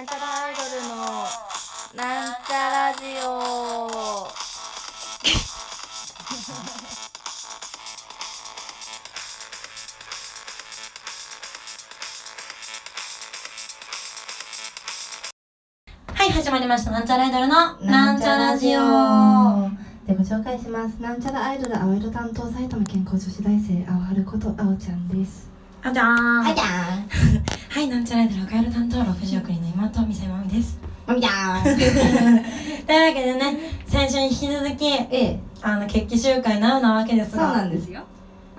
なんちゃらアイドルのなんちゃラジオ。 はい、始まりました。なんちゃらアイドルのなんちゃラジオでご紹介します。なんちゃらアイドル青色担当埼玉健康女子大生青春こと青ちゃんです。 あじゃーんはいじゃーんはい、なんちゃらアイドル赤色担当60億人の妹みせまんです。 はいじゃーんというわけでね、先週に引き続き決起集会なうなわけですそうが、 なんですよ。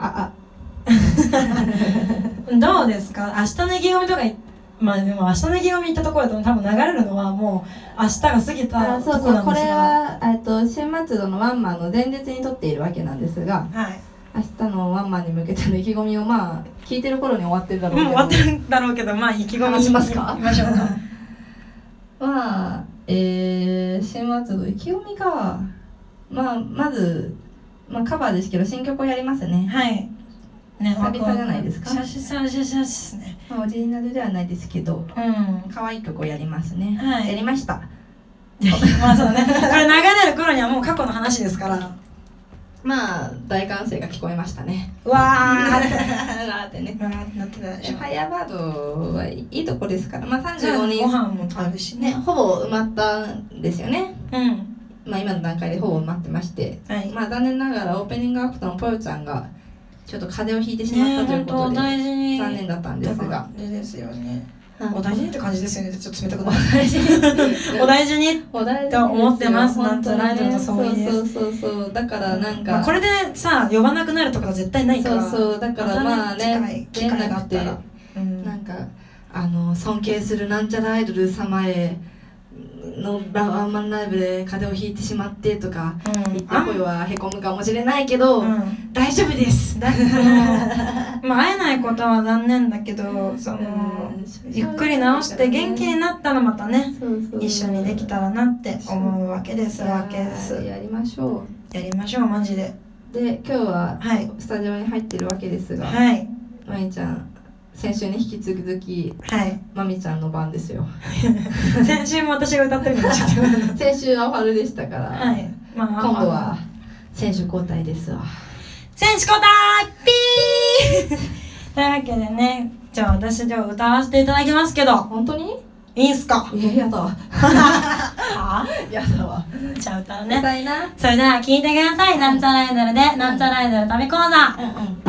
どうですか？明日の意気込みとかまあでも明日の意気込み行ったところだと多分流れるのはもう明日が過ぎたところなんですが、 これは新松戸のワンマンの前日に撮っているわけなんですが、 はい、 明日のワンマンに向けての意気込みをまあ聞いてる頃に終わってるだろうけど、 終わってるんだろうけど、まあ意気込み話しますか？ 行きましょうか。 まあ新松戸意気込みか、まず、カバーですけど新曲をやりますね。 はいね、 久々じゃないですか。 久々ですね。 オリジナルではないですけど、可愛い曲をやりますね。 はい、 やりました。 まあそうね。これ流れる頃にはもう過去の話ですから。 まあ大歓声が聞こえましたね。 うわーわーってね。 なってたでしょ。 ファイヤーバードはいいとこですから、35人ご飯もあるしね。 ほぼ埋まったんですよね。今の段階でほぼ埋まってまして、残念ながらオープニングアクトのぽよちゃんがちょっと風邪をひいてしまったということで、残念だったんですが、 ですよね。お大事にって感じですよね。ちょっと冷たくない。 お大事にと思ってます。なんちゃらアイドルの総意です。 そうだからなんか、 これでさ呼ばなくなるとかは絶対ないから。 だからまあね、 機会があったらなんか尊敬するなんちゃらアイドル様へのワンマンライブで風邪をひいてしまってとか言って声はへこむかもしれないけど、大丈夫です。 会えないことは残念だけど、ゆっくり治して元気になったらまたね、一緒にできたらなって思うわけです。 やりましょうマジで。 で今日はスタジオに入ってるわけですが、まいちゃん先週に引き続き、まみちゃんの番ですよ。 先週も私が歌ってるんでしょ。 先週青春でしたから、今度は選手交代ですわ。 選手交代ピーというわけでね、じゃあ私歌わせていただきますけど。 本当にいいんすか？ やだわ。やだわ。 じゃあ歌うね。 歌いな。 それでは聴いてください。なんちゃらアイドルでなんちゃらアイドル旅講座。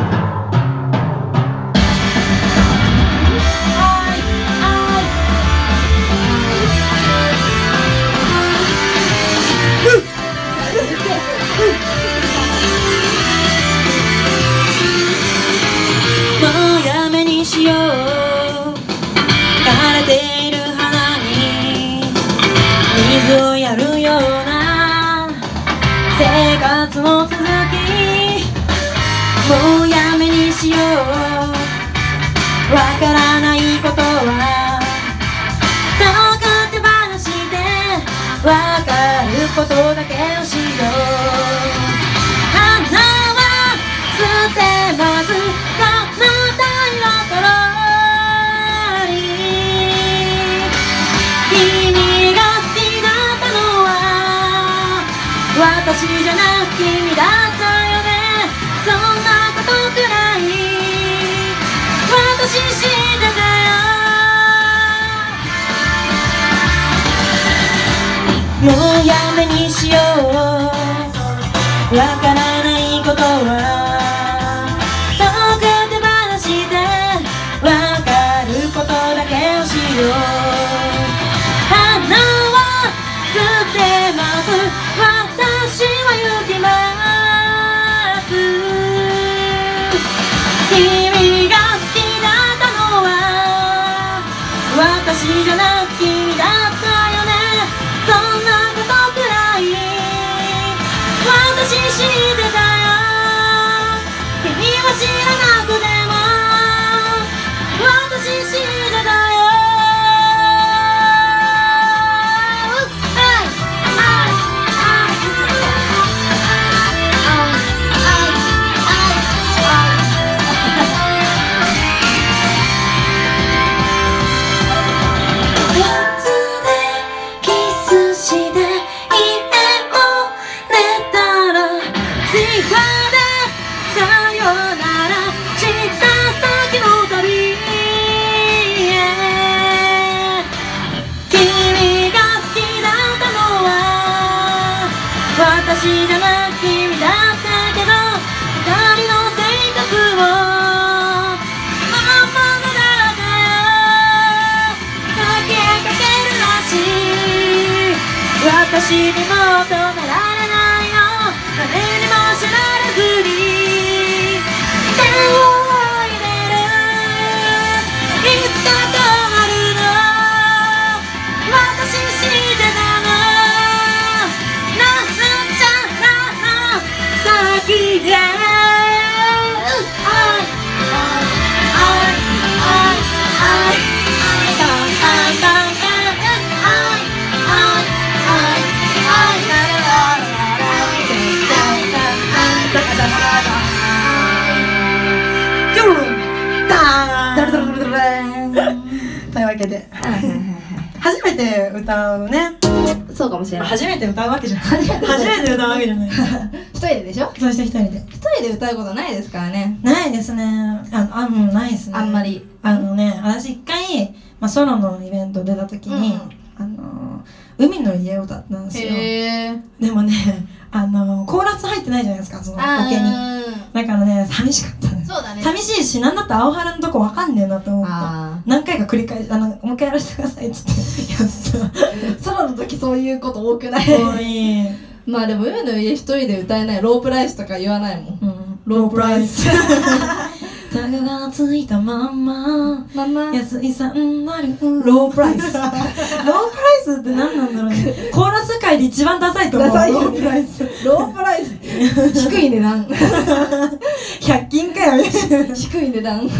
もうやめにしよう、枯れている花に水をやるような生活の続き、もうや私に求められないの誰にも知られずに手を置いてるいつか止まるの私知ってたのなんちゃらの先へというわけで初めて歌うね。 そうかもしれない。 初めて歌うわけじゃない。初めて歌うわけじゃない。 一人ででしょ。 そして一人で歌うことないですからね。 ないですね。もうないですね。 あんまり。 私一回、ソロのイベント出た時に、海の家を歌ったんですよ。でもね、コーラス入ってないじゃないですか、そのボケに。だからね、寂しかったね。 そうだね。 寂しいし、なんだったら青春のとこわかんねえなと思った。何回か繰り返し、もう一回やらせてくださいっつってやった。 ソロの時そういうこと多くない？ 多い。 まあでも海の家一人で歌えない。ロープライスとか言わないもん。 ロープライス。タグがついたまんま安井さんなるロープライス。ロープライスって何なんだろうね。コーラス界で一番ダサいと思う。ロープライス。 ロープライス。低い値段。 100均かよ。 低い値段。ウォ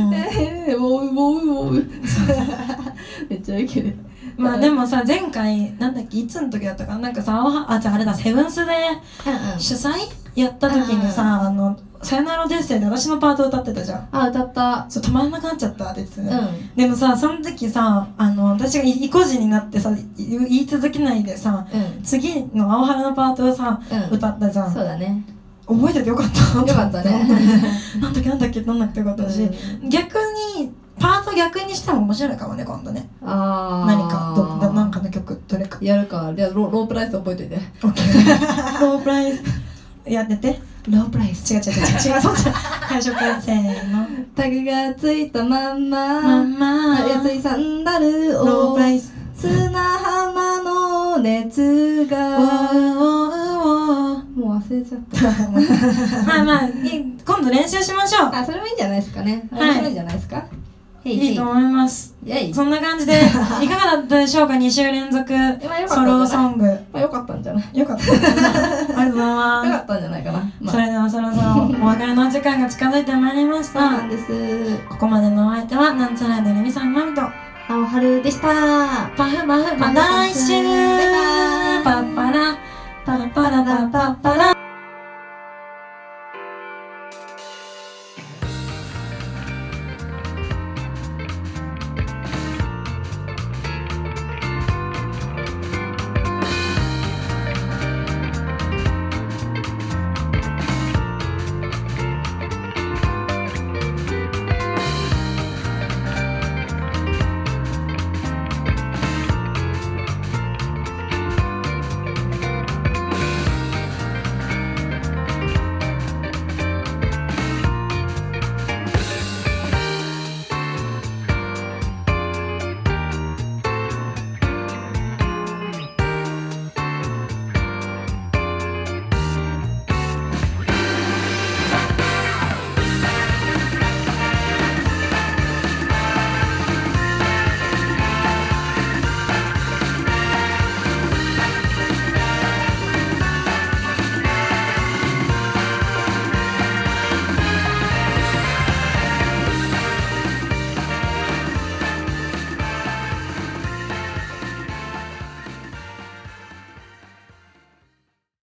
ーめっちゃウケる。 まあでもさ、前回なんだっけ、いつの時だったかな、なんかさ、じゃああれだ、セブンスで主催やった時にさ、さよならデッセイで私のパート歌ってたじゃん。 歌った。 そう、止まらなくなっちゃったって言ってたね。でもさ、その時さ、私が意固地になってさ、言い続けないでさ、次の青春のパートをさ、歌ったじゃん。 そうだね。 覚えててよかった。 よかったね。 なんだっけなんだっけなんだっけよかったし、逆にパート逆にしても面白いかもね、今度ね。何かなんかの曲どれかやるか。じゃあロープライス覚えといて。 オッケー。ロープライスやってて。 ロープライス。 違うそうじゃ最初からせーの。 タグがついたまんま安いサンダルをロープライス。 砂浜の熱がもう忘れちゃった。 まあ今度練習しましょう。 それもいいんじゃないですかね。面白いんじゃないですか。 いいと思います。そんな感じでいかがだったでしょうか。2週連続ソロソング。 よかったんじゃない。 よかった。ありがとうございます。 よかったんじゃないかな。 それではそろそろお別れの時間が近づいてまいりました。 そうなんです。 ここまでのお相手はなんちゃらでレミさんまみと青春でした。 パフまた来週。パッパラパッパラパッパラ。